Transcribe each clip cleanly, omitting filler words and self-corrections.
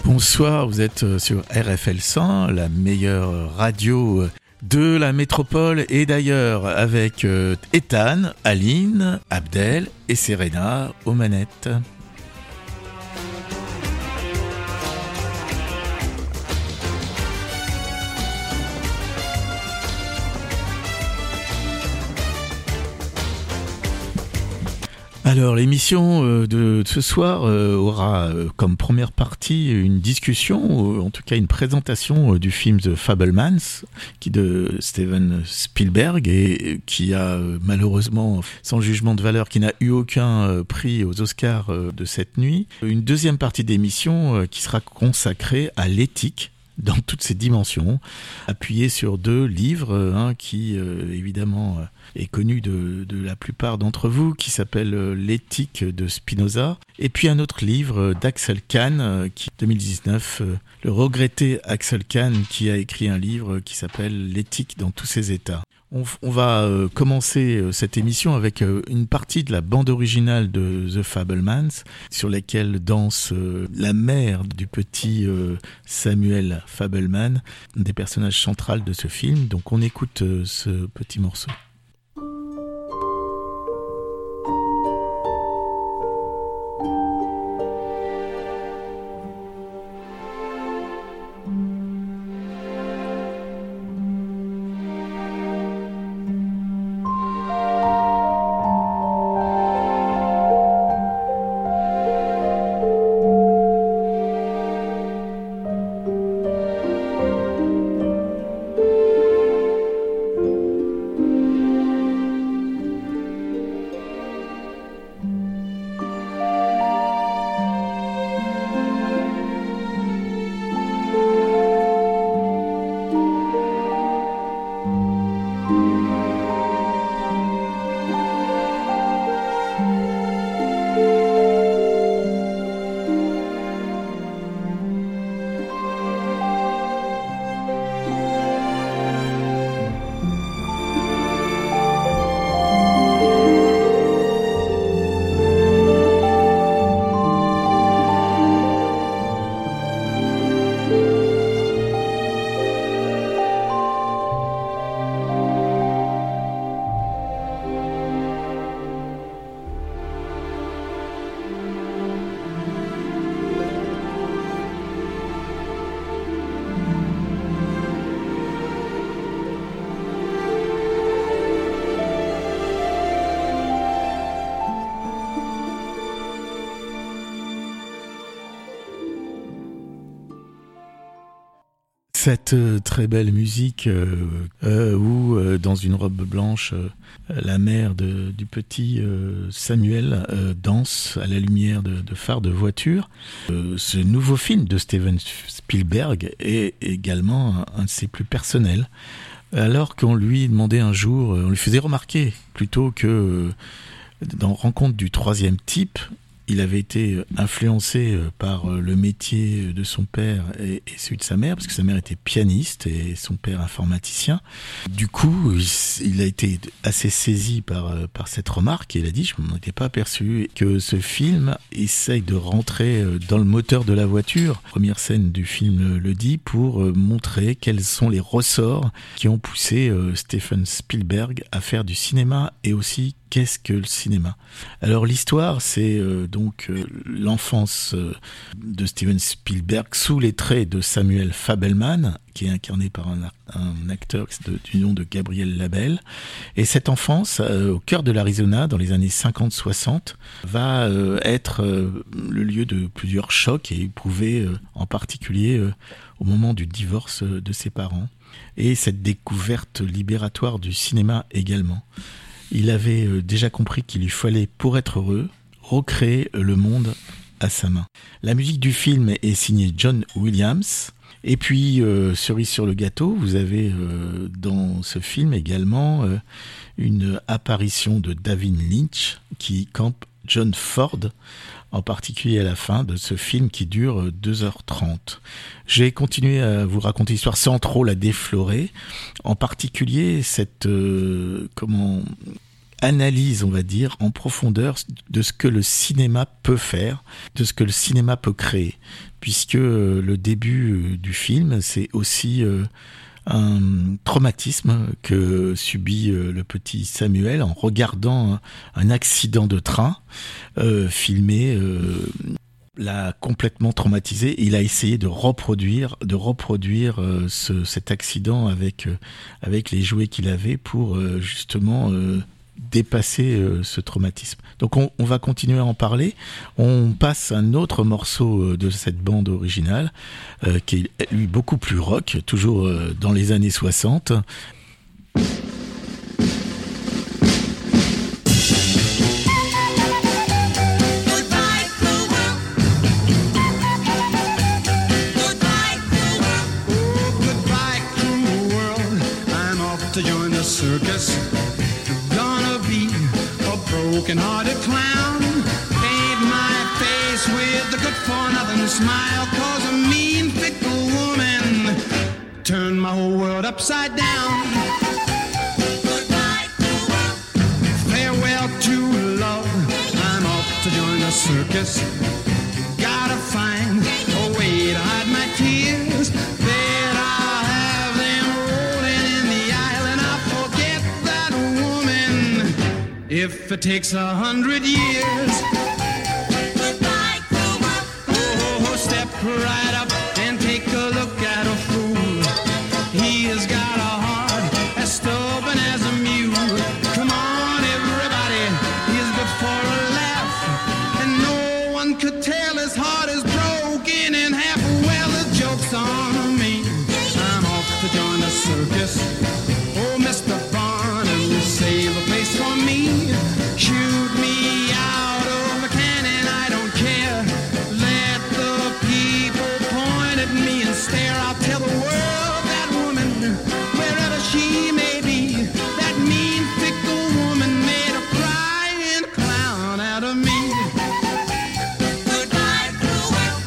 Bonsoir, vous êtes sur RFL 100, la meilleure radio de la métropole et d'ailleurs avec Ethan, Aline, Abdel et Serena aux manettes. Alors l'émission de ce soir aura comme première partie une discussion, en tout cas une présentation du film The Fabelmans de Steven Spielberg et qui a malheureusement, sans jugement de valeur, qui n'a eu aucun prix aux Oscars de cette nuit. Une deuxième partie d'émission qui sera consacrée à l'éthique dans toutes ses dimensions, appuyé sur deux livres, qui évidemment est connu de la plupart d'entre vous, qui s'appelle L'éthique de Spinoza, et puis un autre livre d'Axel Kahn, qui 2019, le regretté Axel Kahn, qui a écrit un livre qui s'appelle L'éthique dans tous ses états. On va commencer cette émission avec une partie de la bande originale de The Fabelmans, sur laquelle danse la mère du petit Samuel Fabelman, un des personnages centraux de ce film. Donc on écoute ce petit morceau. Cette très belle musique où, dans une robe blanche, la mère du petit Samuel danse à la lumière de phares de voiture. Ce nouveau film de Steven Spielberg est également un de ses plus personnels. Alors qu'on lui demandait un jour, on lui faisait remarquer plutôt que dans Rencontre du troisième type, il avait été influencé par le métier de son père et celui de sa mère, parce que sa mère était pianiste et son père informaticien. Du coup, il a été assez saisi par cette remarque et il a dit, je ne m'en étais pas aperçu, que ce film essaye de rentrer dans le moteur de la voiture. La première scène du film le dit, pour montrer quels sont les ressorts qui ont poussé Steven Spielberg à faire du cinéma et aussi qu'est-ce que le cinéma. Alors l'histoire, c'est donc l'enfance de Steven Spielberg sous les traits de Samuel Fabelman, qui est incarné par un acteur du nom de Gabriel Labelle. Et cette enfance, au cœur de l'Arizona, dans les années 50-60, va être le lieu de plusieurs chocs et éprouvés, en particulier au moment du divorce de ses parents. Et cette découverte libératoire du cinéma également. Il avait déjà compris qu'il lui fallait, pour être heureux, recréer le monde à sa main. La musique du film est signée John Williams. Et puis, cerise sur le gâteau, vous avez dans ce film également une apparition de David Lynch qui campe John Ford, en particulier à la fin de ce film qui dure 2h30. J'ai continué à vous raconter l'histoire sans trop la déflorer, en particulier cette analyse, on va dire, en profondeur de ce que le cinéma peut faire, de ce que le cinéma peut créer. Puisque le début du film, c'est aussi un traumatisme que subit le petit Samuel en regardant un accident de train filmé. L'a complètement traumatisé. Il a essayé de reproduire cet accident avec les jouets qu'il avait pour justement dépasser ce traumatisme. Donc on va continuer à en parler. On passe un autre morceau de cette bande originale qui est lui beaucoup plus rock, toujours dans les années 60. Circus, gonna be a broken-hearted clown. Paint my face with a good-for-nothing smile, 'cause a mean, fickle woman turned my whole world upside down. Goodbye, cruel world. Farewell to love, I'm off to join the circus. Gotta find a way to hide my tears. If it takes 100 years. Goodbye, cruel world. Oh, step right up and take a look at a fool. He has got a heart as stubborn as a mule. Come on, everybody, he's good for a laugh. And no one could tell his heart is broken in half. Well, the joke's on me. I'm off to join the circus. Oh, Mr. Barnum, save a place for me. Shoot me out of a cannon, I don't care. Let the people point at me and stare. I'll tell the world that woman, wherever she may be, that mean, fickle woman made a crying clown out of me. Goodbye, cruel world.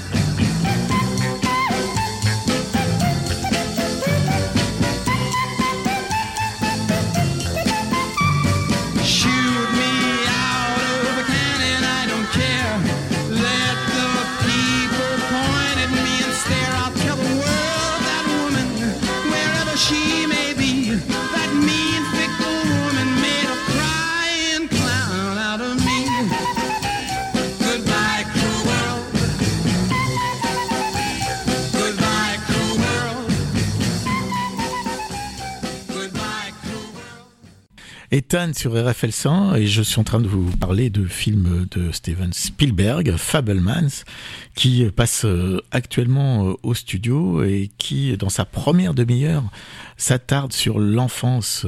Shoot me out of a cannon, I don't care. Let the people point at me and stare. I'll tell the world that woman, wherever she may be, that mean, fickle woman made a crying clown out of me. Goodbye, cruel world. Goodbye, cruel world. Goodbye, cruel world. Ethan sur RFL 100 et je suis en train de vous parler de films de Steven Spielberg, Fabelmans, qui passe actuellement au studio et qui, dans sa première demi-heure, s'attarde sur l'enfance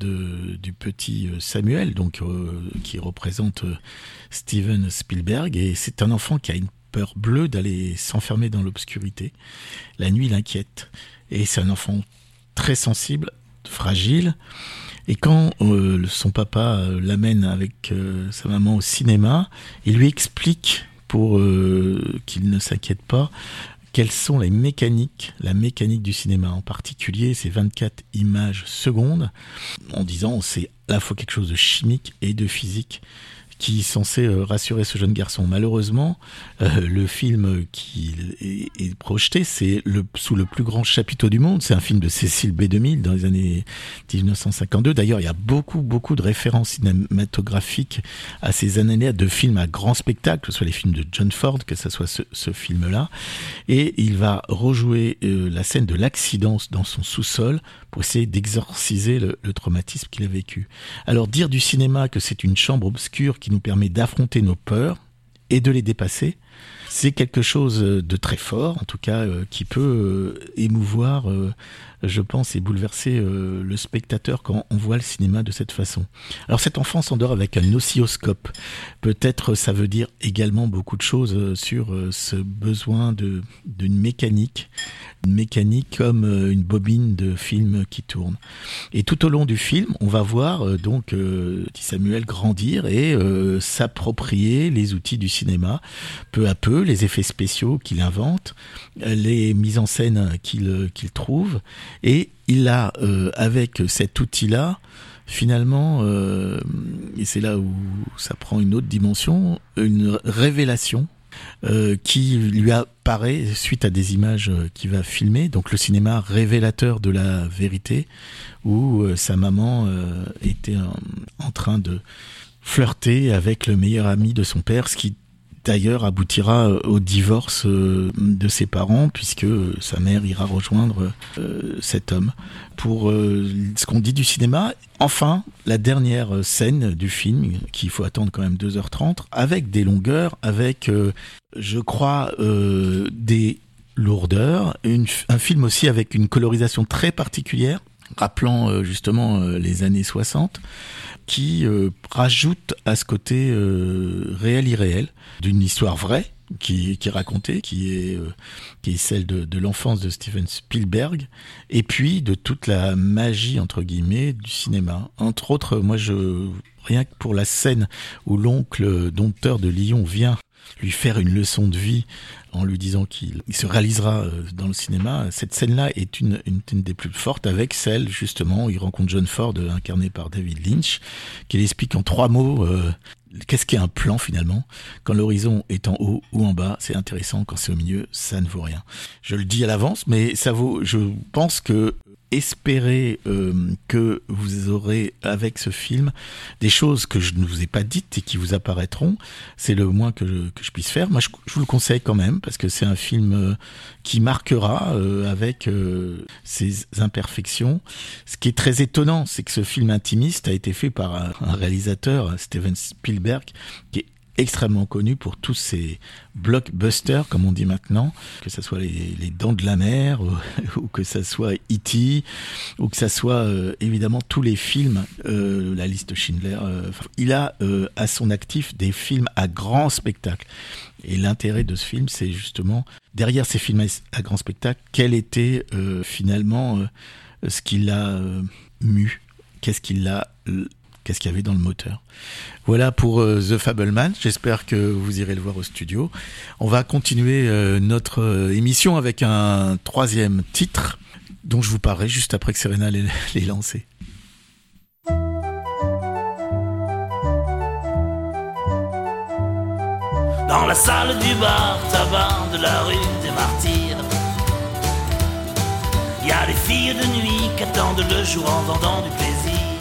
du petit Samuel, donc qui représente Steven Spielberg, et c'est un enfant qui a une peur bleue d'aller s'enfermer dans l'obscurité. La nuit l'inquiète et c'est un enfant très sensible, fragile. Et quand son papa l'amène avec sa maman au cinéma, il lui explique, pour qu'il ne s'inquiète pas, quelles sont la mécanique du cinéma. En particulier, ces 24 images secondes, en disant c'est à la fois quelque chose de chimique et de physique, qui est censé rassurer ce jeune garçon. Malheureusement, le film qui est projeté, c'est sous le plus grand chapiteau du monde. C'est un film de Cecil B. DeMille dans les années 1952. D'ailleurs, il y a beaucoup de références cinématographiques à ces années de films à grand spectacle, que ce soit les films de John Ford, que ce soit ce film-là. Et il va rejouer la scène de l'accident dans son sous-sol pour essayer d'exorciser le traumatisme qu'il a vécu. Alors, dire du cinéma que c'est une chambre obscure qui nous permet d'affronter nos peurs et de les dépasser, c'est quelque chose de très fort, en tout cas, qui peut émouvoir, je pense, et bouleverser le spectateur quand on voit le cinéma de cette façon. Alors cet enfant s'endort avec un oscilloscope. Peut-être ça veut dire également beaucoup de choses sur ce besoin d'une mécanique comme une bobine de film qui tourne. Et tout au long du film, on va voir donc petit Samuel grandir et s'approprier les outils du cinéma, peu à peu, les effets spéciaux qu'il invente, les mises en scène qu'il trouve, et il a, avec cet outil-là, finalement, et c'est là où ça prend une autre dimension, une révélation qui lui apparaît suite à des images qu'il va filmer, donc le cinéma révélateur de la vérité, où sa maman était en train de flirter avec le meilleur ami de son père, ce qui d'ailleurs aboutira au divorce de ses parents, puisque sa mère ira rejoindre cet homme. Pour ce qu'on dit du cinéma, enfin, la dernière scène du film, qu'il faut attendre quand même 2h30, avec des longueurs, avec, je crois, des lourdeurs, un film aussi avec une colorisation très particulière, rappelant justement les années 60, qui rajoute à ce côté réel-irréel d'une histoire vraie qui est racontée, qui est celle de l'enfance de Steven Spielberg, et puis de toute la magie entre guillemets du cinéma. Entre autres, moi rien que pour la scène où l'oncle dompteur de Lyon vient lui faire une leçon de vie en lui disant qu'il se réalisera dans le cinéma, cette scène-là est une des plus fortes, avec celle justement où il rencontre John Ford, incarné par David Lynch, qui explique en 3 mots qu'est-ce qu'est un plan finalement. Quand l'horizon est en haut ou en bas, c'est intéressant. Quand c'est au milieu, ça ne vaut rien. Je le dis à l'avance, mais ça vaut. Je pense que espérez que vous aurez avec ce film des choses que je ne vous ai pas dites et qui vous apparaîtront. C'est le moins que je puisse faire. Moi, je vous le conseille quand même, parce que c'est un film qui marquera avec ses imperfections. Ce qui est très étonnant, c'est que ce film intimiste a été fait par un réalisateur, Steven Spielberg, qui est extrêmement connu pour tous ces blockbusters, comme on dit maintenant, que ça soit les Dents de la Mer, ou que ça soit E.T., ou que ça soit évidemment tous les films, la liste Schindler. Il a à son actif des films à grand spectacle. Et l'intérêt de ce film, c'est justement, derrière ces films à grand spectacle, quel était finalement ce qui l'a mu, qu'est-ce qu'il y avait dans le moteur. Voilà pour The Fabelman. J'espère que vous irez le voir au studio. On va continuer notre émission avec un 3e titre dont je vous parlerai juste après que Serena l'ait lancé. Dans la salle du bar tabac de la rue des Martyrs, il y a des filles de nuit qui attendent le jour en vendant du plaisir.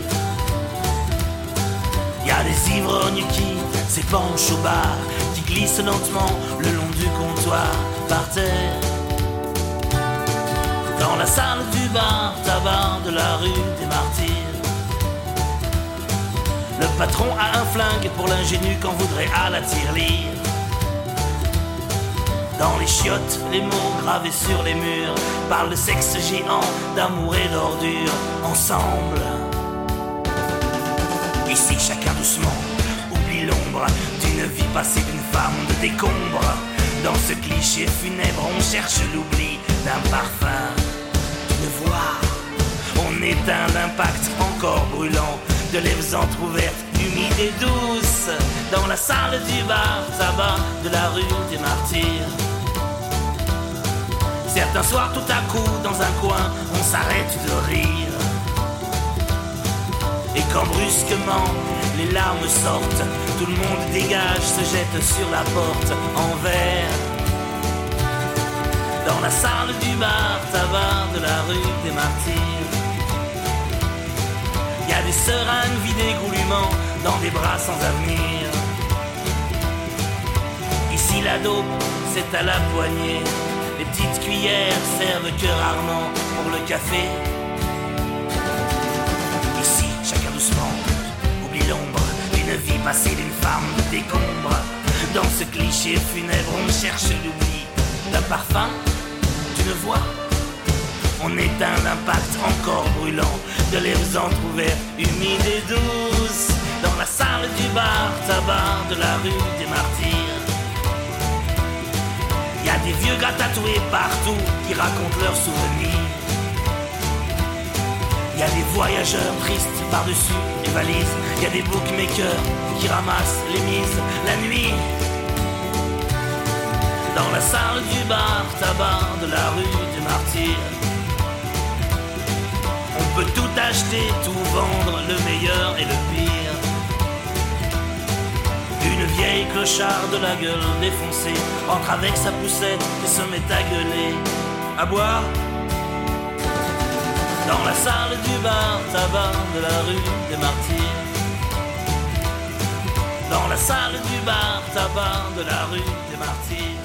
Y a des ivrognes qui s'épanchent au bar, qui glissent lentement le long du comptoir par terre. Dans la salle du bar tabac de la rue des Martyrs, le patron a un flingue pour l'ingénu qu'on voudrait à la tirelire. Dans les chiottes, les mots gravés sur les murs parlent de sexe géant, d'amour et d'ordure ensemble. Ici chacun doucement oublie l'ombre d'une vie passée d'une femme de décombre. Dans ce cliché funèbre on cherche l'oubli d'un parfum, d'une voix. On éteint l'impact encore brûlant de lèvres entr'ouvertes, humides et douces. Dans la salle du bar tabac de la rue des Martyrs. Certains soirs tout à coup dans un coin on s'arrête de rire. Et quand brusquement les larmes sortent, tout le monde dégage, se jette sur la porte en verre. Dans la salle du bar tabac de la rue des Martyrs, y a des seringues vidées goulûment dans des bras sans avenir. Ici la dope, c'est à la poignée, les petites cuillères servent que rarement pour le café. Chacun doucement oublie l'ombre d'une vie passée d'une femme de décombre. Dans ce cliché funèbre on cherche l'oubli d'un parfum, d'une voix. On éteint l'impact encore brûlant de lèvres entr'ouvertes, humides et douces. Dans la salle du bar tabac de la rue des Martyrs, y a des vieux gars tatoués partout qui racontent leurs souvenirs. Y a des voyageurs tristes par-dessus les valises. Y a des bookmakers qui ramassent les mises la nuit. Dans la salle du bar tabac de la rue des Martyrs, on peut tout acheter acheter, tout vendre, le meilleur et le pire. Une vieille clocharde de la gueule défoncée entre avec sa poussette et se met à gueuler, à boire. Dans la salle du bar tabac de la rue des Martyrs. Dans la salle du bar tabac de la rue des Martyrs.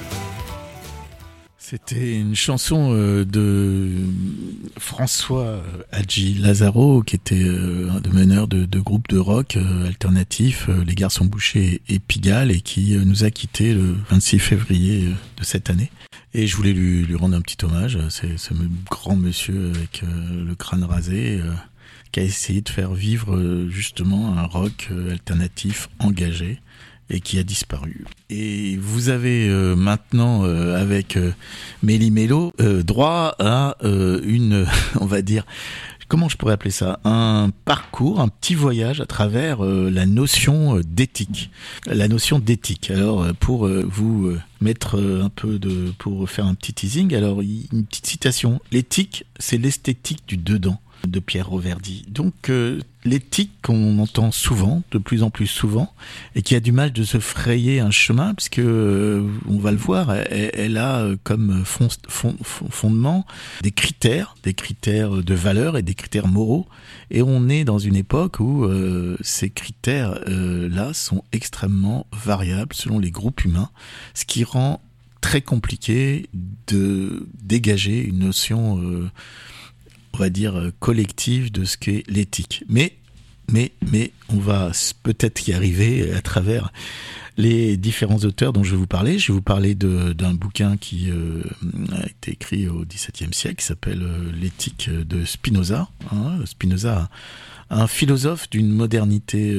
C'était une chanson de François Hadji Lazaro, qui était un des meneurs de groupes de rock alternatif, Les Garçons Bouchers et Pigalle, et qui nous a quittés le 26 février de cette année. Et je voulais lui rendre un petit hommage. C'est ce grand monsieur avec le crâne rasé qui a essayé de faire vivre justement un rock alternatif engagé et qui a disparu. Et vous avez maintenant avec Méli-Mélo droit à une, on va dire, comment je pourrais appeler ça, un parcours, un petit voyage à travers la notion d'éthique. La notion d'éthique. Alors pour vous mettre un peu pour faire un petit teasing, alors une petite citation. L'éthique, c'est l'esthétique du dedans, de Pierre Roverdi. Donc l'éthique qu'on entend souvent, de plus en plus souvent, et qui a du mal de se frayer un chemin, puisque on va le voir, elle a comme fondement des critères de valeur et des critères moraux, et on est dans une époque où ces critères là sont extrêmement variables selon les groupes humains, ce qui rend très compliqué de dégager une notion on va dire collective de ce qu'est l'éthique. Mais on va peut-être y arriver à travers les différents auteurs dont je vais vous parler. Je vais vous parler d'un bouquin qui a été écrit au XVIIe siècle, qui s'appelle L'éthique de Spinoza. Spinoza, un philosophe d'une modernité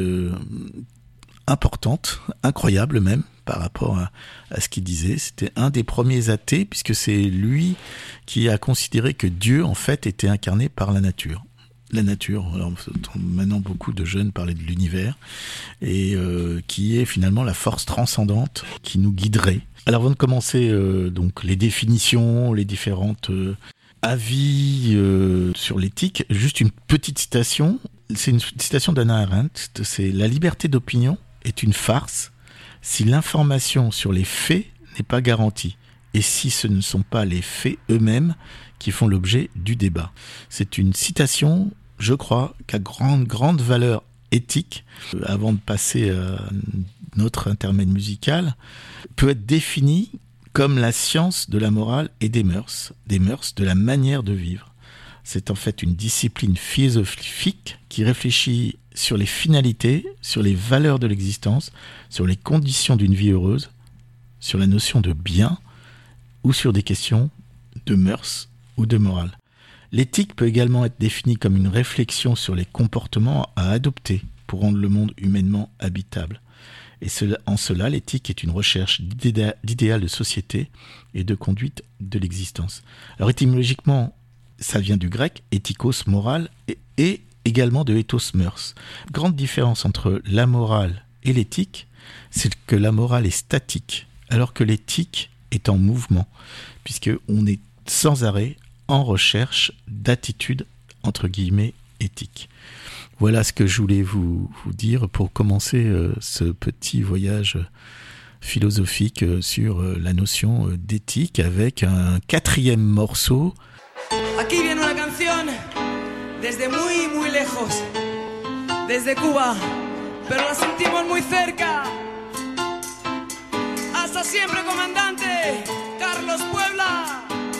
importante, incroyable même, par rapport à ce qu'il disait. C'était un des premiers athées, puisque c'est lui qui a considéré que Dieu, en fait, était incarné par la nature. La nature, alors maintenant beaucoup de jeunes parlaient de l'univers, et qui est finalement la force transcendante qui nous guiderait. Alors avant de commencer donc les définitions, les différentes avis sur l'éthique, juste une petite citation. C'est une citation d'Hannah Arendt, c'est « La liberté d'opinion est une farce si l'information sur les faits n'est pas garantie, et si ce ne sont pas les faits eux-mêmes qui font l'objet du débat. » C'est une citation, je crois, qui a grande valeur éthique. Avant de passer à notre intermède musical, peut être définie comme la science de la morale et des mœurs, de la manière de vivre. C'est en fait une discipline philosophique qui réfléchit sur les finalités, sur les valeurs de l'existence, sur les conditions d'une vie heureuse, sur la notion de bien ou sur des questions de mœurs ou de morale. L'éthique peut également être définie comme une réflexion sur les comportements à adopter pour rendre le monde humainement habitable. Et en cela, l'éthique est une recherche d'idéal de société et de conduite de l'existence. Alors étymologiquement, ça vient du grec, ethikos, morale, et également de ethos, mœurs. Grande différence entre la morale et l'éthique, c'est que la morale est statique, alors que l'éthique est en mouvement, puisqu'on est sans arrêt en recherche d'attitudes, entre guillemets, éthiques. Voilà ce que je voulais vous dire pour commencer ce petit voyage philosophique sur la notion d'éthique avec un quatrième morceau. Aquí viene una canción desde muy, muy lejos, desde Cuba, pero la sentimos muy cerca. Hasta siempre, comandante Carlos Puebla.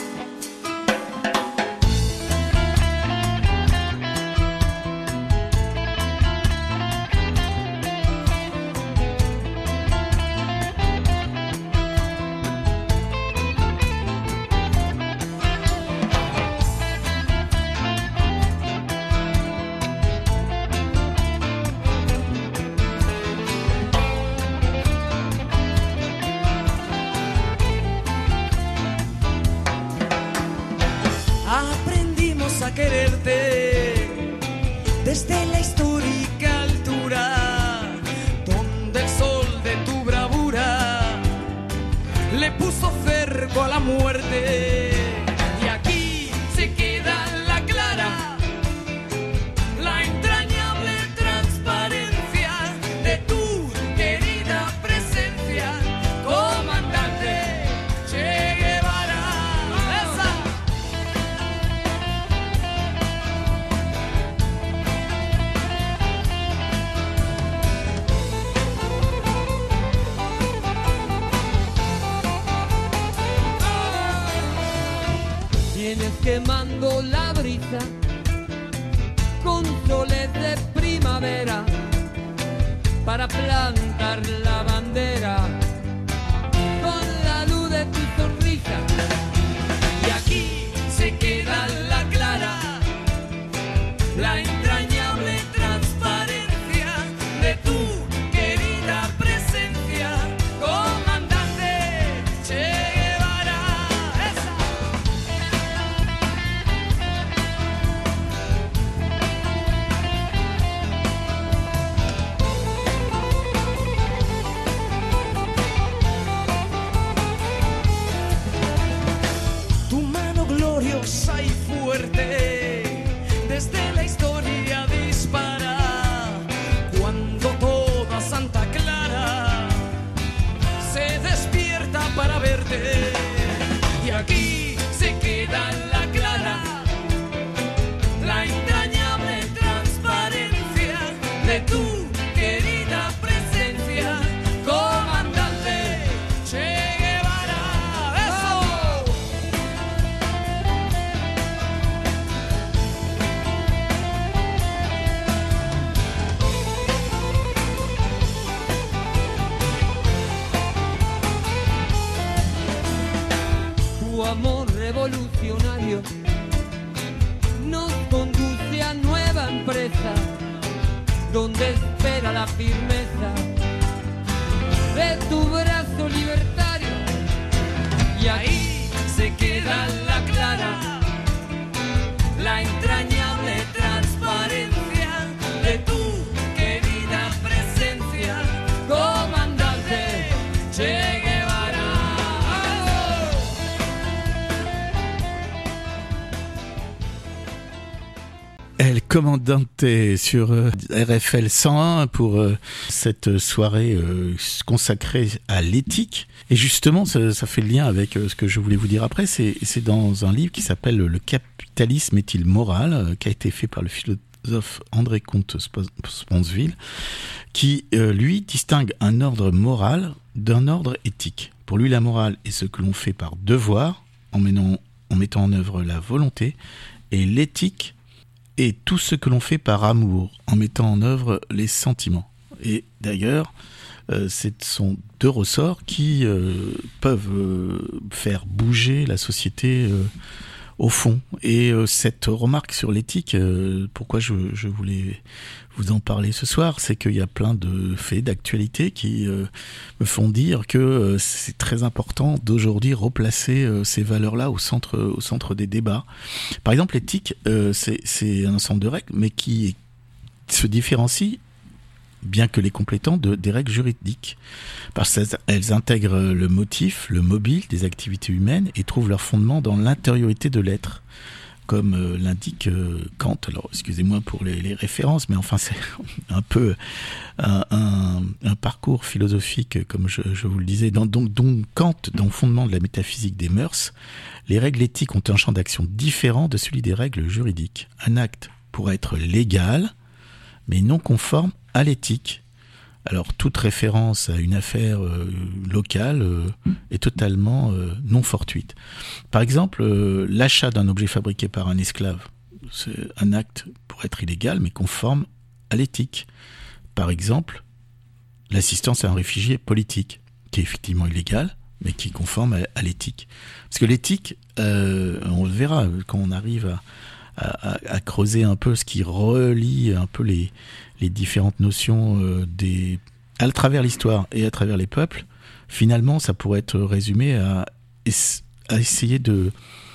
Quererte desde la histórica altura donde el sol de tu bravura le puso cerco a la muerte, y aquí se queda la clara trenes quemando la brisa con soles de primavera para plantar la bandera con la luz de tu sonrisa. Y aquí se queda la clara, la entrañable transparencia de tu querida presencia, comandante Che Guevara. ¡Esa! Tu mano gloriosa y fuerte desde la historia dispara cuando toda Santa Clara se despierta para verte. Y aquí se queda la clara, la entrañable transparencia de tu querida presencia, comandante Che Guevara. ¡Eso! Tu amor revolucionario nos conduce a nueva empresa, donde espera la firmeza de tu brazo libertario. Y ahí se queda la clara, la entrañable transparencia de tu querida presencia, comandante Che Guevara. El Comandante sur RFL 101 pour cette soirée consacrée à l'éthique. Et justement, ça fait le lien avec ce que je voulais vous dire après. C'est dans un livre qui s'appelle « Le capitalisme est-il moral ?», qui a été fait par le philosophe André Comte-Sponville, qui, lui, distingue un ordre moral d'un ordre éthique. Pour lui, la morale est ce que l'on fait par devoir, en mettant en œuvre la volonté, et l'éthique et tout ce que l'on fait par amour, en mettant en œuvre les sentiments. Et d'ailleurs, ce sont deux ressorts qui peuvent faire bouger la société au fond. Et cette remarque sur l'éthique, pourquoi je voulais vous en parler ce soir, c'est qu'il y a plein de faits d'actualité qui me font dire que c'est très important d'aujourd'hui replacer ces valeurs-là au centre des débats. Par exemple, l'éthique, c'est un ensemble de règles, mais qui se différencie, bien que les complétant, des règles juridiques. Parce qu'elles intègrent le motif, le mobile des activités humaines et trouvent leur fondement dans l'intériorité de l'être. Comme l'indique Kant. Alors, excusez-moi pour les références, mais enfin, c'est un peu un parcours philosophique, comme je vous le disais. Donc Kant, dans le fondement de la métaphysique des mœurs, les règles éthiques ont un champ d'action différent de celui des règles juridiques. Un acte pourrait être légal, mais non conforme à l'éthique. Alors, toute référence à une affaire locale est totalement non fortuite. Par exemple, l'achat d'un objet fabriqué par un esclave, c'est un acte pour être illégal, mais conforme à l'éthique. Par exemple, l'assistance à un réfugié politique, qui est effectivement illégal, mais qui est conforme à l'éthique. Parce que l'éthique, on le verra quand on arrive à creuser un peu ce qui relie un peu les différentes notions à travers l'histoire et à travers les peuples. Finalement, ça pourrait être résumé à essayer de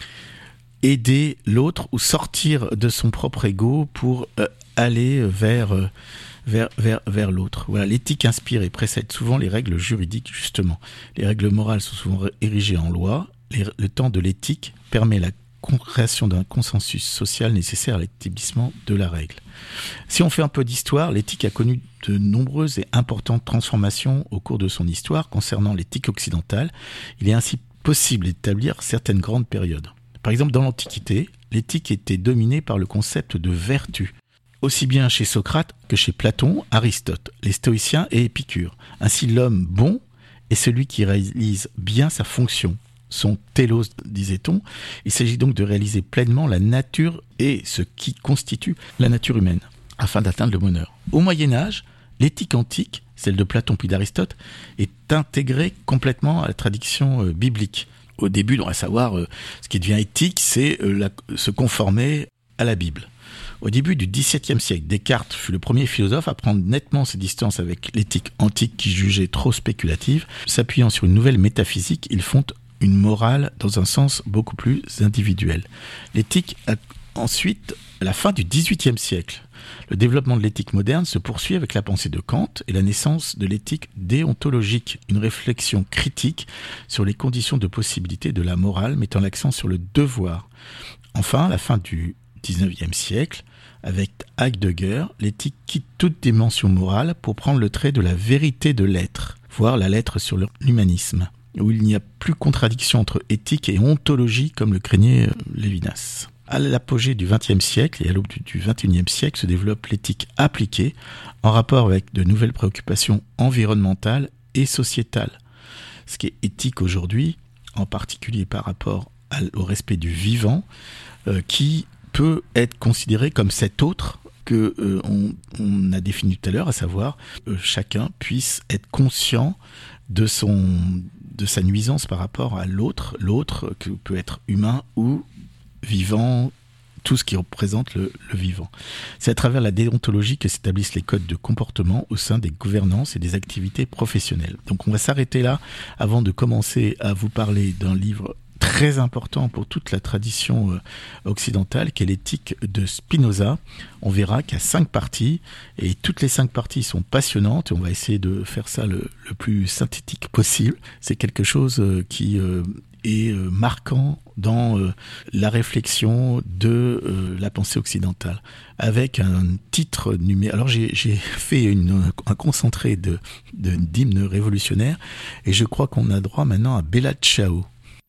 aider l'autre ou sortir de son propre ego pour aller vers l'autre. Voilà, l'éthique inspire et précède souvent les règles juridiques, justement. Les règles morales sont souvent érigées en loi. Le temps de l'éthique permet la création d'un consensus social nécessaire à l'établissement de la règle. Si on fait un peu d'histoire, l'éthique a connu de nombreuses et importantes transformations au cours de son histoire. Concernant l'éthique occidentale, il est ainsi possible d'établir certaines grandes périodes. Par exemple, dans l'Antiquité, l'éthique était dominée par le concept de vertu, aussi bien chez Socrate que chez Platon, Aristote, les stoïciens et Épicure. Ainsi, l'homme bon est celui qui réalise bien sa fonction, son télos, disait-on. Il s'agit donc de réaliser pleinement la nature et ce qui constitue la nature humaine, afin d'atteindre le bonheur. Au Moyen-Âge, l'éthique antique, celle de Platon puis d'Aristote, est intégrée complètement à la tradition biblique. Au début, on va savoir, ce qui devient éthique, c'est se conformer à la Bible. Au début du XVIIe siècle, Descartes fut le premier philosophe à prendre nettement ses distances avec l'éthique antique qu'il jugeait trop spéculative. S'appuyant sur une nouvelle métaphysique, il fonde une morale dans un sens beaucoup plus individuel. L'éthique a ensuite, à la fin du XVIIIe siècle, le développement de l'éthique moderne se poursuit avec la pensée de Kant et la naissance de l'éthique déontologique, une réflexion critique sur les conditions de possibilité de la morale, mettant l'accent sur le devoir. Enfin, à la fin du XIXe siècle, avec Heidegger, l'éthique quitte toute dimension morale pour prendre le trait de la vérité de l'être, voire la lettre sur l'humanisme, où il n'y a plus contradiction entre éthique et ontologie comme le craignait Lévinas. À l'apogée du XXe siècle et à l'aube du XXIe siècle se développe l'éthique appliquée en rapport avec de nouvelles préoccupations environnementales et sociétales. Ce qui est éthique aujourd'hui, en particulier par rapport au respect du vivant, qui peut être considéré comme cet autre que on a défini tout à l'heure, à savoir chacun puisse être conscient de sa nuisance par rapport à l'autre que peut être humain ou vivant, tout ce qui représente le vivant. C'est à travers la déontologie que s'établissent les codes de comportement au sein des gouvernances et des activités professionnelles. Donc on va s'arrêter là avant de commencer à vous parler d'un livre très important pour toute la tradition occidentale, qui est l'éthique de Spinoza. On verra qu'il y a 5 parties, et toutes les 5 parties sont passionnantes, et on va essayer de faire ça le plus synthétique possible. C'est quelque chose qui est marquant dans la réflexion de la pensée occidentale, avec un titre numéro. Alors j'ai fait un concentré d'hymnes révolutionnaires, et je crois qu'on a droit maintenant à Bella Ciao.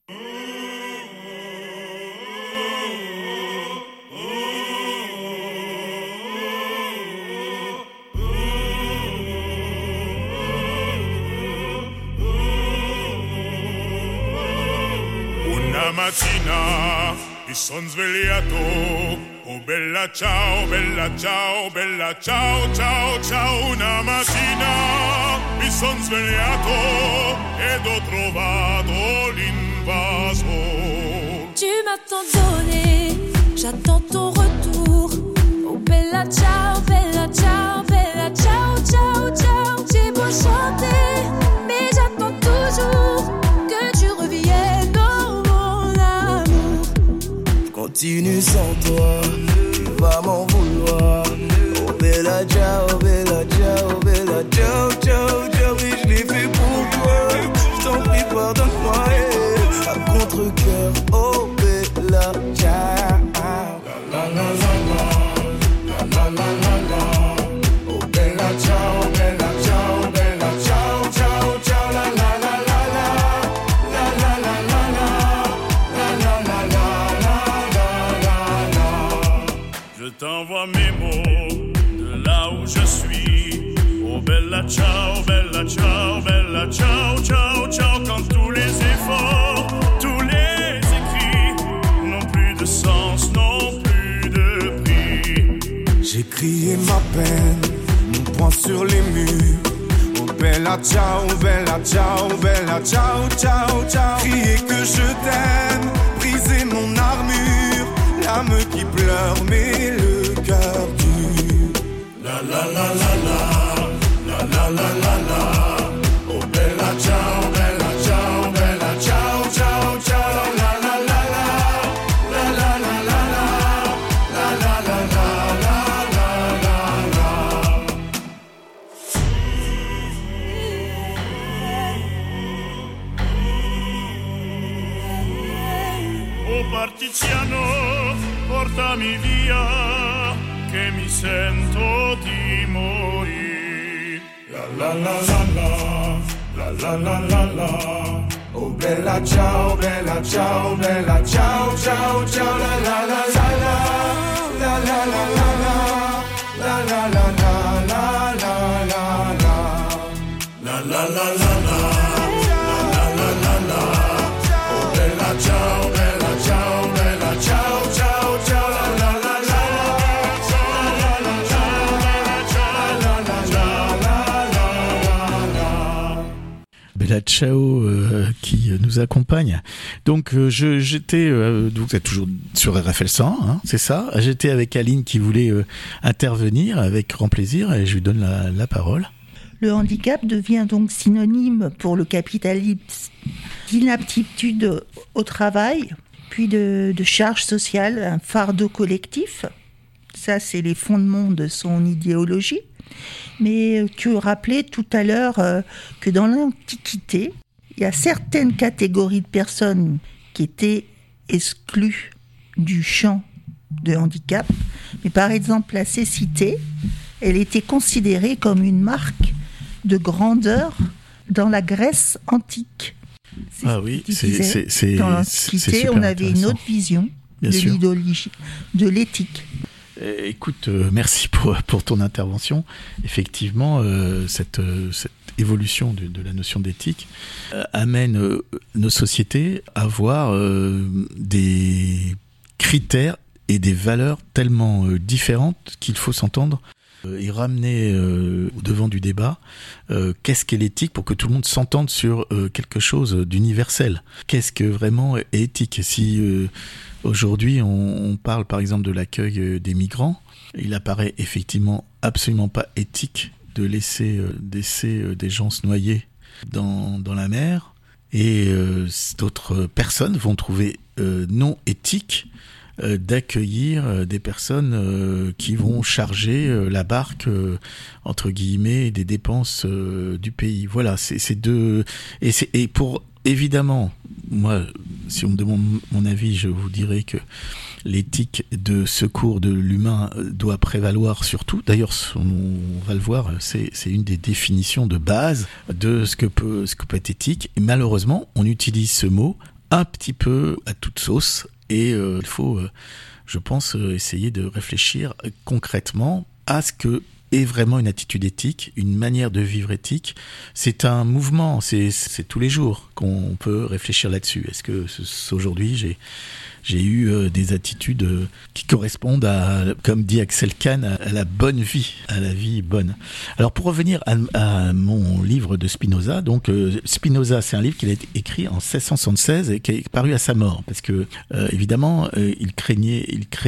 Mattina mi son svegliato, oh bella ciao, bella ciao, bella ciao, ciao, ciao. Una mattina mi son svegliato ed ho trovato l'invaso. Tu m'as tant donné, j'attends ton retour. Oh bella ciao, bella ciao, bella ciao, ciao, ciao. J'ai beau chanter, mais j'attends toujours que tu reviennes. Continue sans toi, tu vas m'en vouloir. Oh bella ciao, bella ciao, bella ciao, ciao, ciao. Oui, je l'ai fait pour toi, je t'en prie pardonne-moi. À contre-cœur, oh bella ciao. La la la la la, la la la la. Oh bella ciao, bella ciao, bella ciao, ciao, ciao. La la la la la, la la la la la, la la la la. Je t'envoie mes mots de là où je suis. Oh bella ciao, bella ciao, bella ciao, ciao, ciao. Quand tous les efforts, tous les écrits n'ont plus de sens, n'ont plus de prix. J'ai crié ma peine, mon poing sur les murs. Oh bella ciao, bella ciao, bella ciao, ciao, ciao. Crier que je t'aime, briser mon armure. L'âme qui pleure mais le cœur dur. La la la la la, la la la la la. Oh bella ciao, bella ciao, bella ciao, ciao, ciao. La la la la, la la la la la, la la la la la la. Oh partigiano, portami via, che mi sento di morire. La la la la, la la la la la. Oh bella ciao, bella ciao, bella ciao, ciao, ciao. La la la la la, la la la la la, la la la la la la la, la la la la la, la la la la la. Bella Ciao qui nous accompagne. Donc j'étais, vous êtes toujours sur RFL 100, hein, c'est ça. J'étais avec Aline qui voulait intervenir avec grand plaisir et je lui donne la parole. Le handicap devient donc synonyme pour le capitalisme d'inaptitude au travail, puis de charge sociale, un fardeau collectif. Ça, c'est les fondements de son idéologie. Mais tu rappelais tout à l'heure que dans l'Antiquité, il y a certaines catégories de personnes qui étaient exclues du champ de handicap. Mais par exemple, la cécité, elle était considérée comme une marque de grandeur dans la Grèce antique. Ah oui, c'est dans l'Antiquité, on avait une autre vision de l'idéologie, de l'éthique. Écoute, merci pour ton intervention. Effectivement, cette évolution de la notion d'éthique amène nos sociétés à avoir des critères et des valeurs tellement différentes qu'il faut s'entendre et ramener au devant du débat qu'est-ce qu'est l'éthique pour que tout le monde s'entende sur quelque chose d'universel. Qu'est-ce que vraiment est éthique ? Si aujourd'hui on parle par exemple de l'accueil des migrants, il apparaît effectivement absolument pas éthique de laisser des gens se noyer dans la mer, et d'autres personnes vont trouver non éthique d'accueillir des personnes qui vont charger la barque entre guillemets des dépenses du pays. Voilà, c'est deux, et pour évidemment, moi, si on me demande mon avis, je vous dirais que l'éthique de secours de l'humain doit prévaloir sur tout. D'ailleurs, on va le voir, c'est une des définitions de base de ce que peut être éthique. Et malheureusement, on utilise ce mot un petit peu à toute sauce. Et il faut, je pense, essayer de réfléchir concrètement à ce que est vraiment une attitude éthique, une manière de vivre éthique. C'est un mouvement, c'est tous les jours qu'on peut réfléchir là-dessus. Est-ce que aujourd'hui j'ai eu des attitudes qui correspondent à, comme dit Axel Kahn, à la bonne vie, à la vie bonne. Alors pour revenir à mon livre de Spinoza, donc Spinoza, c'est un livre qu'il a écrit en 1676 et qui est paru à sa mort, parce que évidemment il craignait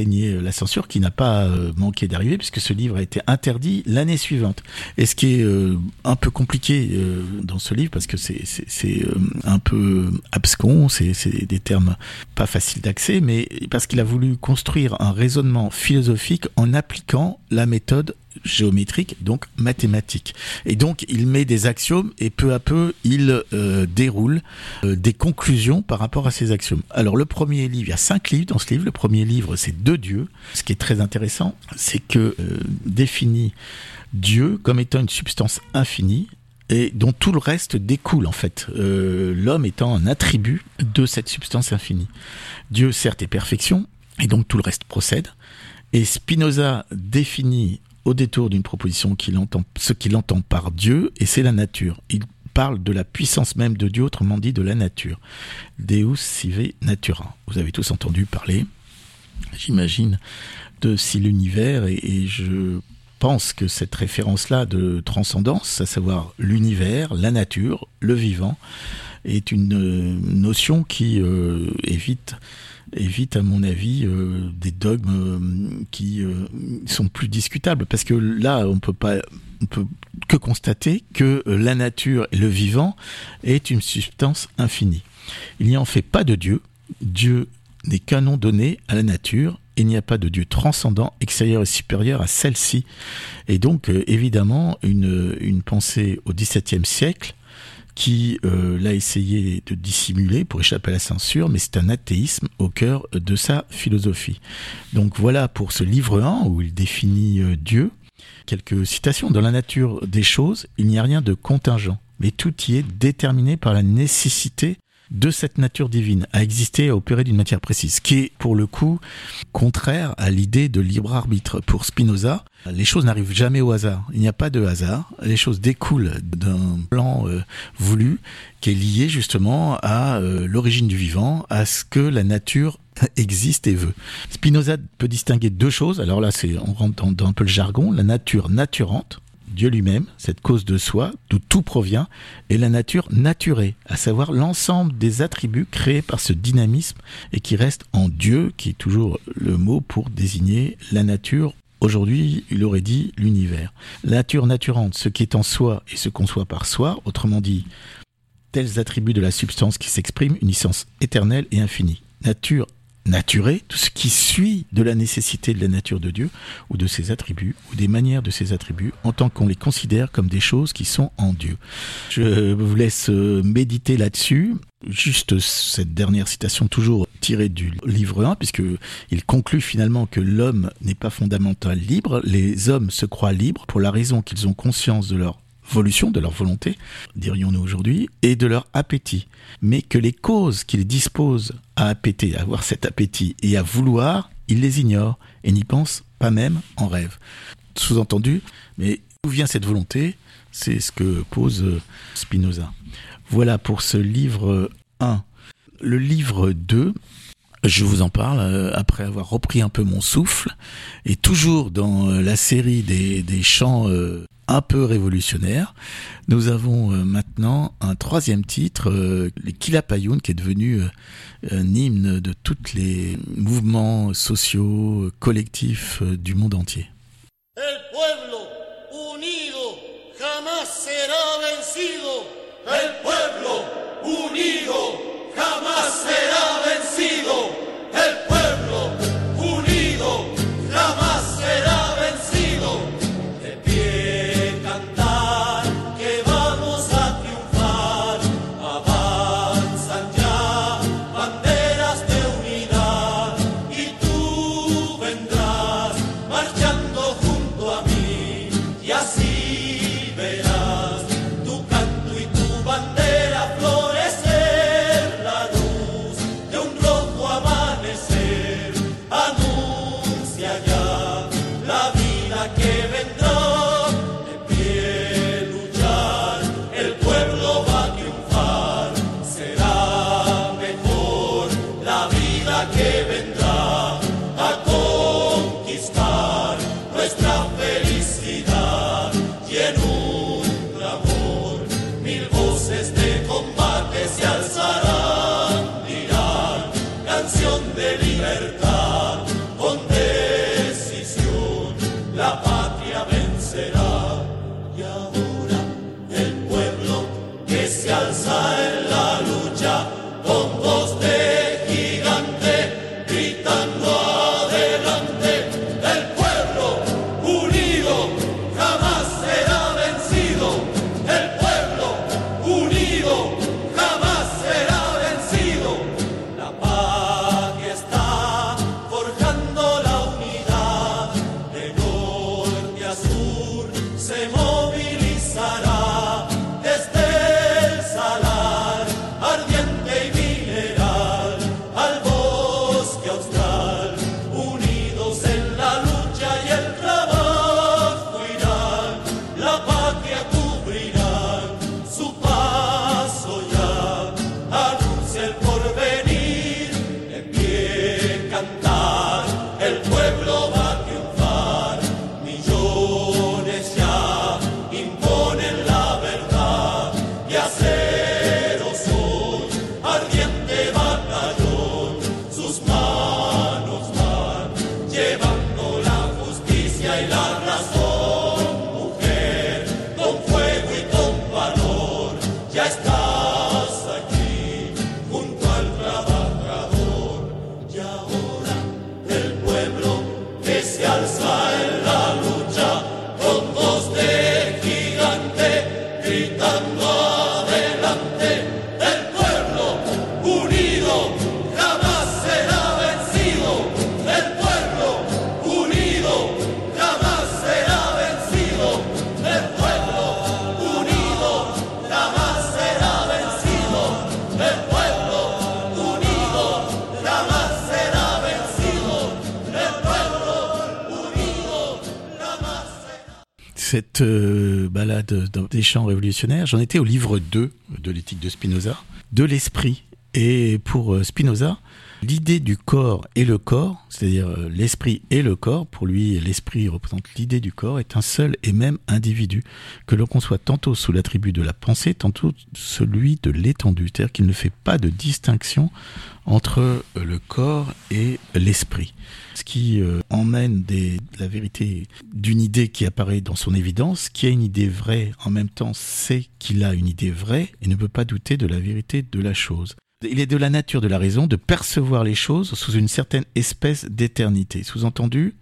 la censure, qui n'a pas manqué d'arriver, puisque ce livre a été interdit l'année suivante. Et ce qui est un peu compliqué dans ce livre, parce que c'est un peu abscon, c'est des termes pas faciles d'accès, mais parce qu'il a voulu construire un raisonnement philosophique en appliquant la méthode géométrique, donc mathématique. Et donc, il met des axiomes et peu à peu, il déroule des conclusions par rapport à ces axiomes. Alors, le premier livre, il y a 5 livres dans ce livre. Le premier livre, c'est De Dieu. Ce qui est très intéressant, c'est que définit Dieu comme étant une substance infinie, et dont tout le reste découle en fait, l'homme étant un attribut de cette substance infinie. Dieu certes est perfection, et donc tout le reste procède, et Spinoza définit au détour d'une proposition ce qu'il entend par Dieu, et c'est la nature. Il parle de la puissance même de Dieu, autrement dit de la nature. Deus sive natura. Vous avez tous entendu parler, j'imagine, de si l'univers, et je pense que cette référence-là de transcendance, à savoir l'univers, la nature, le vivant, est une notion qui évite à mon avis des dogmes qui sont plus discutables, parce que là on peut que constater que la nature et le vivant est une substance infinie. Il n'y en fait pas de Dieu. Dieu n'est qu'un nom donné à la nature. Il n'y a pas de Dieu transcendant, extérieur et supérieur à celle-ci. Et donc, évidemment, une pensée au XVIIe siècle qui l'a essayé de dissimuler pour échapper à la censure, mais c'est un athéisme au cœur de sa philosophie. Donc voilà pour ce livre 1 où il définit Dieu. Quelques citations. Dans la nature des choses, il n'y a rien de contingent, mais tout y est déterminé par la nécessité de cette nature divine à exister, à opérer d'une matière précise, qui est pour le coup contraire à l'idée de libre arbitre. Pour Spinoza, les choses n'arrivent jamais au hasard. Il n'y a pas de hasard. Les choses découlent d'un plan voulu qui est lié justement à l'origine du vivant, à ce que la nature existe et veut. Spinoza peut distinguer deux choses. Alors là, on rentre dans un peu le jargon. La nature naturante, Dieu lui-même, cette cause de soi, d'où tout provient, et la nature naturée, à savoir l'ensemble des attributs créés par ce dynamisme et qui reste en Dieu, qui est toujours le mot pour désigner la nature. Aujourd'hui, il aurait dit l'univers. La nature naturante, ce qui est en soi et se conçoit par soi, autrement dit, tels attributs de la substance qui s'expriment, une essence éternelle et infinie. Nature naturée, tout ce qui suit de la nécessité de la nature de Dieu, ou de ses attributs, ou des manières de ses attributs, en tant qu'on les considère comme des choses qui sont en Dieu. Je vous laisse méditer là-dessus. Juste cette dernière citation, toujours tirée du livre 1, puisqu'il conclut finalement que l'homme n'est pas fondamentalement libre. Les hommes se croient libres pour la raison qu'ils ont conscience de leur évolution, de leur volonté, dirions-nous aujourd'hui, et de leur appétit. Mais que les causes qu'ils disposent à appéter, à avoir cet appétit et à vouloir, ils les ignorent et n'y pensent pas même en rêve. Sous-entendu, mais d'où vient cette volonté ? C'est ce que pose Spinoza. Voilà pour ce livre 1. Le livre 2, je vous en parle après avoir repris un peu mon souffle, et toujours dans la série des chants un peu révolutionnaire. Nous avons maintenant un troisième titre, les Quilapayún, qui est devenu un hymne de tous les mouvements sociaux, collectifs du monde entier. El pueblo unido jamás será vencido. El pueblo unido jamás será vencido. El pueblo unido jamás será vencido. De pie cantar que vamos a triunfar. Avanzan ya banderas de unidad y tú vendrás marchando junto a mí y así verás tu canto y tu bandera florecer, la luz de un rojo amanecer anuncia ya la vida que vendrá. De pie luchar, el pueblo va a triunfar, será mejor la vida que vendrá a conquistar nuestra felicidad y en un clamor mil voces de combate se alzarán, dirán canción de libertad, con decisión la patria vencerá. Y ahora el pueblo que se alza en la lucha con voz de gigante gritando adelante. El pueblo unido jamás será vencido. El pueblo unido jamás será vencido. La patria está forjando la unidad. De norte a sur se movilizará desde el salar ardiente y mineral al bosque austral. Unidos en la lucha y el trabajo irán, la patria cubrirán su paso ya, anuncia el porvenir. En pie cantar, el pueblo va a triunfar, millones ya imponen la verdad y acero soy, ardiente batallón, sus manos van llevando la justicia y la razón. Mujer, con fuego y con valor, ya estás aquí junto al trabajador. Y ahora el pueblo que se alza en la lucha con voz de gigante gritando adelante. El pueblo unido jamás será vencido. El pueblo unido jamás será vencido. El pueblo unido jamás será vencido. El pueblo unido jamás será vencido. El pueblo unido jamás será. Cette balade dans des chants révolutionnaires, j'en étais au livre 2 de l'éthique de Spinoza, de l'esprit. Et pour Spinoza, l'idée du corps et le corps, c'est-à-dire l'esprit et le corps, pour lui l'esprit représente l'idée du corps, est un seul et même individu, que l'on conçoit tantôt sous l'attribut de la pensée, tantôt celui de l'étendue, c'est-à-dire qu'il ne fait pas de distinction entre le corps et l'esprit. Ce qui emmène la vérité d'une idée qui apparaît dans son évidence, qui a une idée vraie, en même temps sait qu'il a une idée vraie et ne peut pas douter de la vérité de la chose. Il est de la nature de la raison de percevoir les choses sous une certaine espèce d'éternité. Sous-entendu,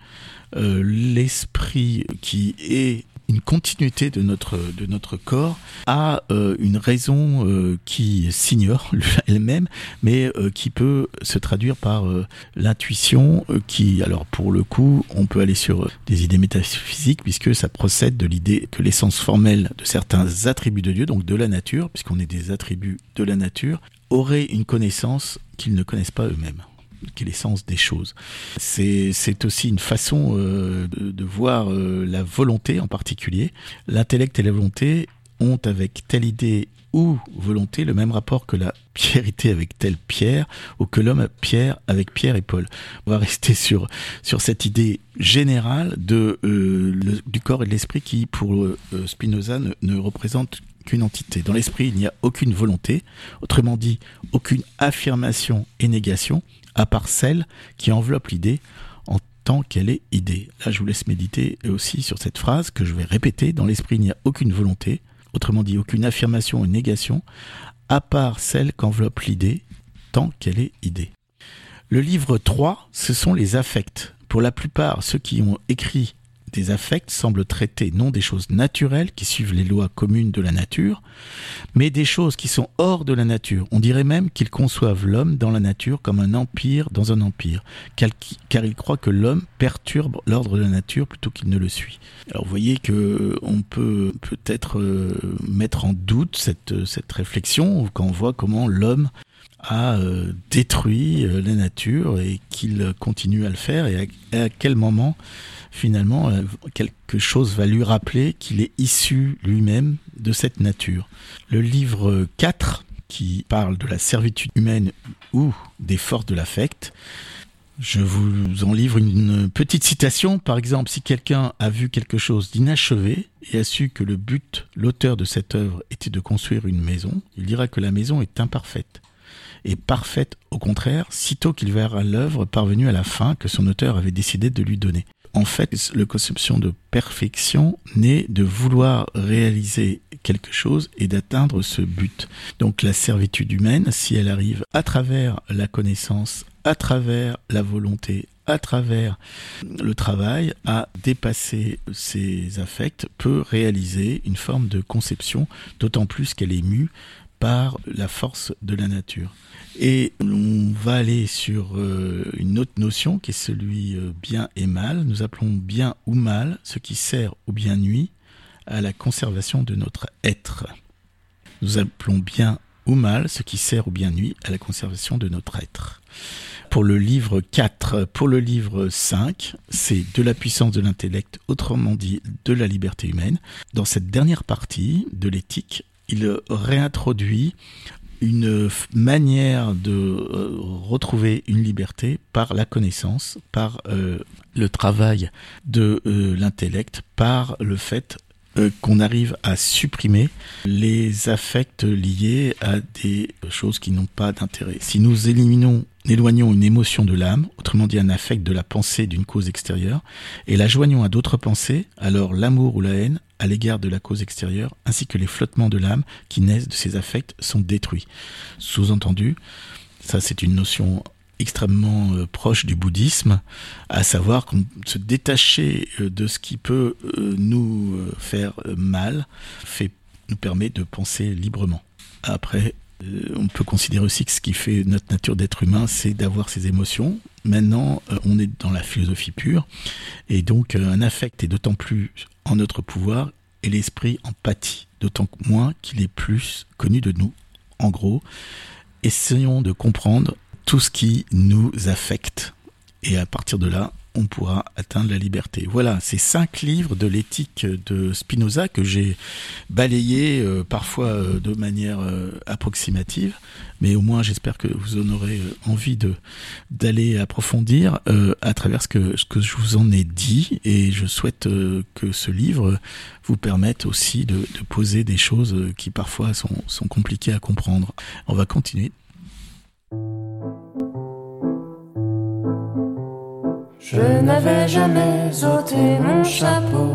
l'esprit qui est une continuité de notre corps a une raison qui s'ignore elle-même, mais qui peut se traduire par l'intuition qui, alors pour le coup, on peut aller sur des idées métaphysiques puisque ça procède de l'idée que l'essence formelle de certains attributs de Dieu, donc de la nature, puisqu'on est des attributs de la nature, auraient une connaissance qu'ils ne connaissent pas eux-mêmes, qui est l'essence des choses. C'est aussi une façon de voir la volonté en particulier. L'intellect et la volonté ont avec telle idée ou volonté le même rapport que la pierrité avec telle pierre ou que l'homme Pierre avec Pierre et Paul. On va rester sur cette idée générale du corps et de l'esprit qui, pour Spinoza, ne représente qu'une entité. Dans l'esprit, il n'y a aucune volonté, autrement dit, aucune affirmation et négation, à part celle qui enveloppe l'idée en tant qu'elle est idée. Là, je vous laisse méditer aussi sur cette phrase que je vais répéter. Dans l'esprit, il n'y a aucune volonté, autrement dit, aucune affirmation ou négation, à part celle qu'enveloppe l'idée tant qu'elle est idée. Le livre 3, ce sont les affects. Pour la plupart, ceux qui ont écrit des affects semblent traiter non des choses naturelles qui suivent les lois communes de la nature, mais des choses qui sont hors de la nature. On dirait même qu'ils conçoivent l'homme dans la nature comme un empire dans un empire, car ils croient que l'homme perturbe l'ordre de la nature plutôt qu'il ne le suit. Alors vous voyez que on peut peut-être mettre en doute cette réflexion quand on voit comment l'homme a détruit la nature et qu'il continue à le faire, et à quel moment finalement quelque chose va lui rappeler qu'il est issu lui-même de cette nature. Le livre 4, qui parle de la servitude humaine ou des forces de l'affect, je vous en livre une petite citation. Par exemple, si quelqu'un a vu quelque chose d'inachevé et a su que le but, l'auteur de cette œuvre, était de construire une maison, il dira que la maison est imparfaite. Et parfaite, au contraire, sitôt qu'il verra l'œuvre parvenue à la fin que son auteur avait décidé de lui donner. En fait, la conception de perfection naît de vouloir réaliser quelque chose et d'atteindre ce but. Donc la servitude humaine, si elle arrive à travers la connaissance, à travers la volonté, à travers le travail, à dépasser ses affects, peut réaliser une forme de conception, d'autant plus qu'elle est mue par la force de la nature. Et on va aller sur une autre notion qui est celui bien et mal. Nous appelons bien ou mal ce qui sert ou bien nuit à la conservation de notre être. Nous appelons bien ou mal ce qui sert ou bien nuit à la conservation de notre être. Pour le livre 4, pour le livre 5, c'est de la puissance de l'intellect, autrement dit de la liberté humaine. Dans cette dernière partie de l'éthique, il réintroduit une manière de retrouver une liberté par la connaissance, par le travail de l'intellect, par le fait qu'on arrive à supprimer les affects liés à des choses qui n'ont pas d'intérêt. Si nous éloignons une émotion de l'âme, autrement dit un affect de la pensée d'une cause extérieure, et la joignons à d'autres pensées, alors l'amour ou la haine à l'égard de la cause extérieure, ainsi que les flottements de l'âme qui naissent de ces affects sont détruits. Sous-entendu, ça c'est une notion extrêmement proche du bouddhisme, à savoir qu'on se détacher de ce qui peut nous faire mal nous permet de penser librement. Après, on peut considérer aussi que ce qui fait notre nature d'être humain, c'est d'avoir ses émotions. Maintenant, on est dans la philosophie pure, et donc un affect est d'autant plus en notre pouvoir, et l'esprit en pâtit, d'autant moins qu'il est plus connu de nous. En gros, essayons de comprendre tout ce qui nous affecte, et à partir de là, on pourra atteindre la liberté. Voilà, ces 5 livres de l'éthique de Spinoza que j'ai balayés parfois de manière approximative, mais au moins j'espère que vous en aurez envie d'aller approfondir à travers ce que je vous en ai dit, et je souhaite que ce livre vous permette aussi de poser des choses qui parfois sont compliquées à comprendre. On va continuer. Je n'avais jamais ôté mon chapeau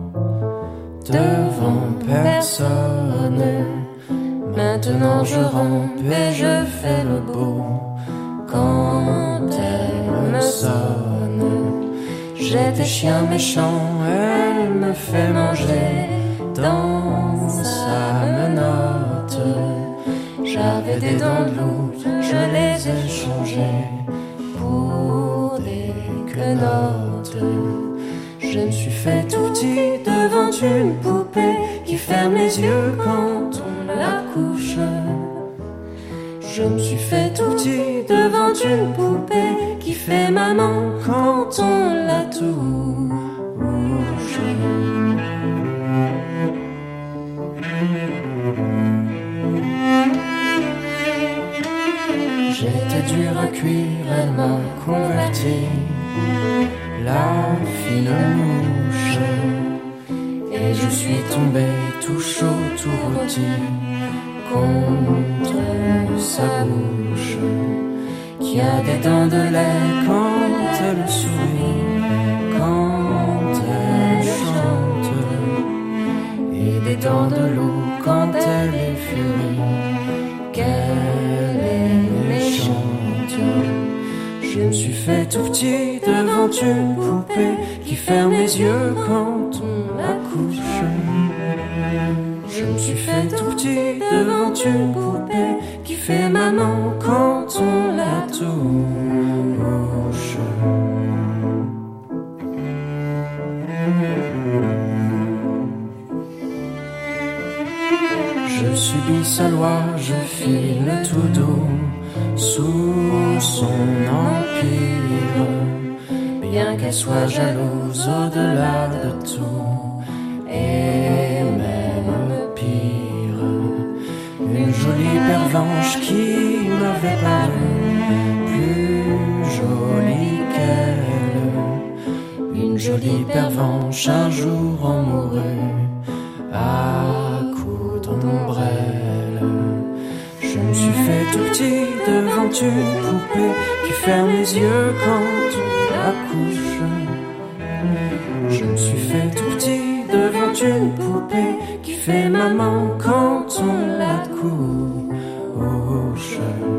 devant personne. Maintenant je rampe et je fais le beau quand elle me sonne. J'étais chien méchant, elle me fait manger dans sa menotte. J'avais des dents de loup, je les ai changées pour des quenottes. Je me suis fait tout petit devant une poupée qui ferme les yeux quand on la couche. Je me suis fait tout petit devant une poupée qui fait maman quand on la touche. J'étais dur à cuire, elle m'a converti, la fine mouche. Et je suis tombé tout chaud, tout rôti contre sa bouche, qui a des dents de lait quand elle sourit, quand elle chante, et des dents de loup quand elle est furie, qu'elle est méchante. Je me suis fait tout petit devant une poupée qui ferme les yeux quand on la couche. Je me suis fait tout petit devant une poupée qui fait maman quand on la touche. Je subis sa loi, je file tout doux sous son empire, bien qu'elle soit jalouse au-delà de tout, et même pire. Une jolie pervenche qui m'avait paru plus jolie qu'elle. Une jolie pervenche un jour en mourut à coups d'ombrelle. Je me suis fait tout petit devant une poupée qui ferme les yeux quand on la couche. Je me suis fait tout petit devant une poupée qui fait maman quand on la couche.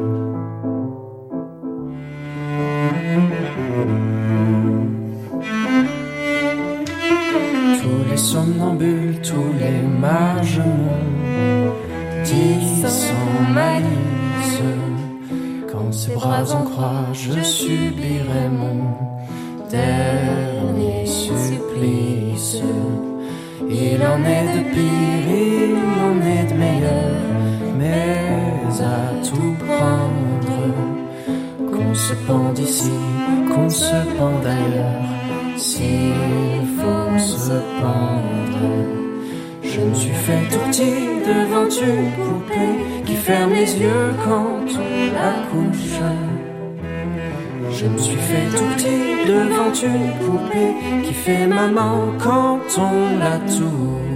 Tous les somnambules, tous les mages m'ont dit sans malice, quand ses bras en croix je subirai mon dernier supplice. Il en est de pire, il en est de meilleur, mais à tout prendre, qu'on se pende ici, qu'on se pende ailleurs, s'il faut se pendre. Je me suis fait tout petit devant une poupée qui ferme les yeux quand on la couche. Je me suis fait tout petit devant une poupée qui fait maman quand on la touche.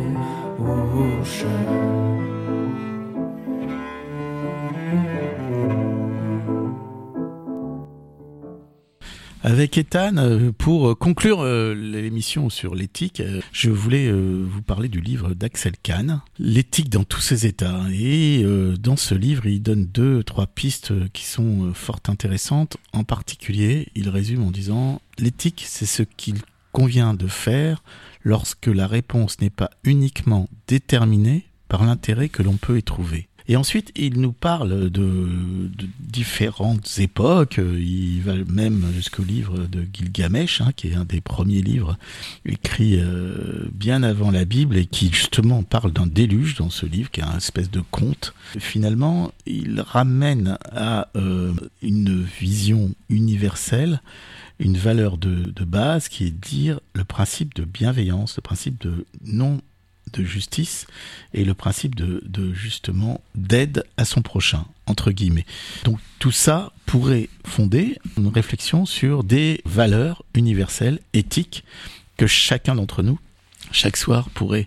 Avec Ethan, pour conclure l'émission sur l'éthique, je voulais vous parler du livre d'Axel Kahn, L'éthique dans tous ses états. Et dans ce livre, il donne 2-3 pistes qui sont fort intéressantes. En particulier, il résume en disant « L'éthique, c'est ce qu'il convient de faire lorsque la réponse n'est pas uniquement déterminée par l'intérêt que l'on peut y trouver. » Et ensuite, il nous parle de différentes époques. Il va même jusqu'au livre de Gilgamesh, qui est un des premiers livres écrits bien avant la Bible et qui justement parle d'un déluge dans ce livre, qui est un espèce de conte. Finalement, il ramène à une vision universelle une valeur de base qui est de dire le principe de bienveillance, le principe de non de justice et le principe de justement d'aide à son prochain, entre guillemets. Donc tout ça pourrait fonder une réflexion sur des valeurs universelles, éthiques, que chacun d'entre nous, chaque soir, pourrait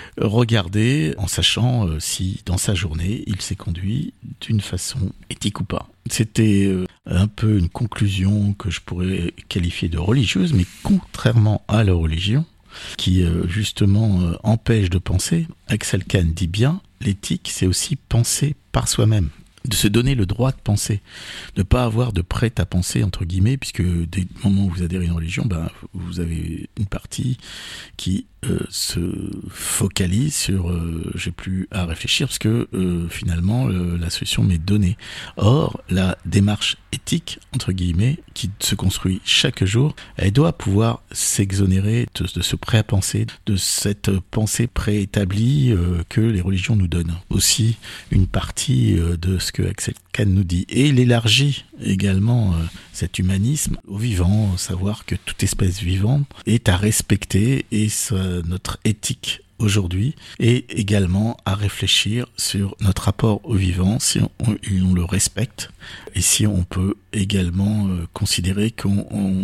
regarder en sachant si dans sa journée il s'est conduit d'une façon éthique ou pas. C'était un peu une conclusion que je pourrais qualifier de religieuse, mais contrairement à la religion, qui justement empêche de penser, Axel Kahn dit bien, l'éthique c'est aussi penser par soi-même, de se donner le droit de penser, de ne pas avoir de prêt à penser entre guillemets, puisque dès le moment où vous adhérez à une religion, vous avez une partie qui se focalise sur j'ai plus à réfléchir parce que finalement la solution m'est donnée. Or la démarche éthique entre guillemets qui se construit chaque jour, elle doit pouvoir s'exonérer de ce prêt à penser, de cette pensée préétablie que les religions nous donnent. Aussi une partie de ce que Axel Kahn nous dit, et il élargit également cet humanisme au vivant, savoir que toute espèce vivante est à respecter, et notre éthique aujourd'hui est également à réfléchir sur notre rapport au vivant, si on le respecte, et si on peut également considérer qu'on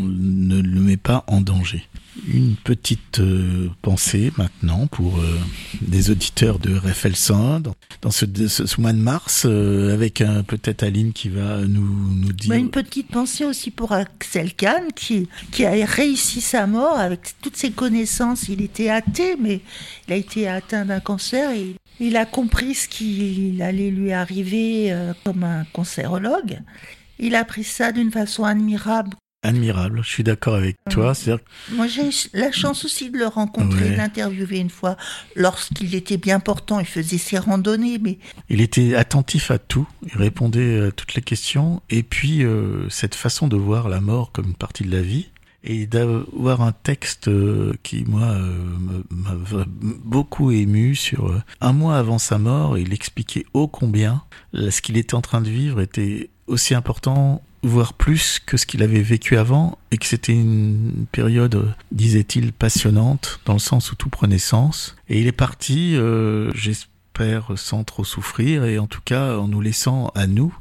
ne le met pas en danger. Une petite pensée maintenant pour des auditeurs de RFL 100 dans ce mois de mars, avec peut-être Aline qui va nous dire... Une petite pensée aussi pour Axel Kahn qui a réussi sa mort avec toutes ses connaissances. Il était athée, mais il a été atteint d'un cancer et il a compris ce qui allait lui arriver comme un cancérologue. Il a pris ça d'une façon admirable. Admirable, je suis d'accord avec toi. Moi, j'ai eu la chance aussi de le rencontrer, de l'interviewer une fois. Lorsqu'il était bien portant, il faisait ses randonnées. Mais il était attentif à tout, il répondait à toutes les questions. Et puis, cette façon de voir la mort comme une partie de la vie, et d'avoir un texte qui, moi, m'a beaucoup ému sur un mois avant sa mort. Il expliquait ô combien ce qu'il était en train de vivre était aussi important, voire plus que ce qu'il avait vécu avant, et que c'était une période, disait-il, passionnante, dans le sens où tout prenait sens. Et il est parti, j'espère, sans trop souffrir, et en tout cas en nous laissant à nous,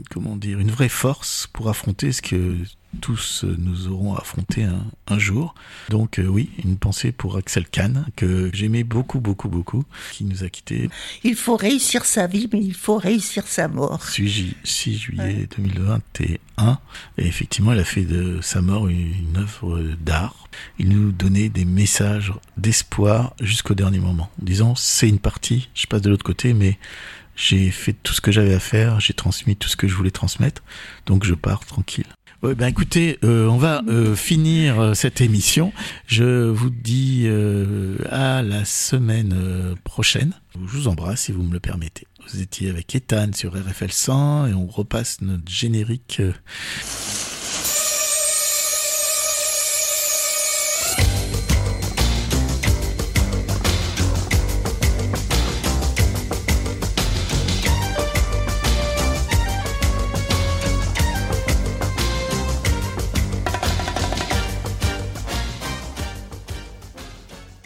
une vraie force pour affronter ce que tous nous aurons affronté un jour. Donc oui, une pensée pour Axel Kahn, que j'aimais beaucoup, beaucoup, beaucoup, qui nous a quittés. Il faut réussir sa vie, mais il faut réussir sa mort. 6 juillet 2021. Et effectivement, il a fait de sa mort une œuvre d'art. Il nous donnait des messages d'espoir jusqu'au dernier moment, en disant, c'est une partie, je passe de l'autre côté, mais j'ai fait tout ce que j'avais à faire, j'ai transmis tout ce que je voulais transmettre, donc je pars tranquille. Ouais, écoutez, on va finir cette émission. Je vous dis à la semaine prochaine. Je vous embrasse si vous me le permettez. Vous étiez avec Ethan sur RFL 100 et on repasse notre générique.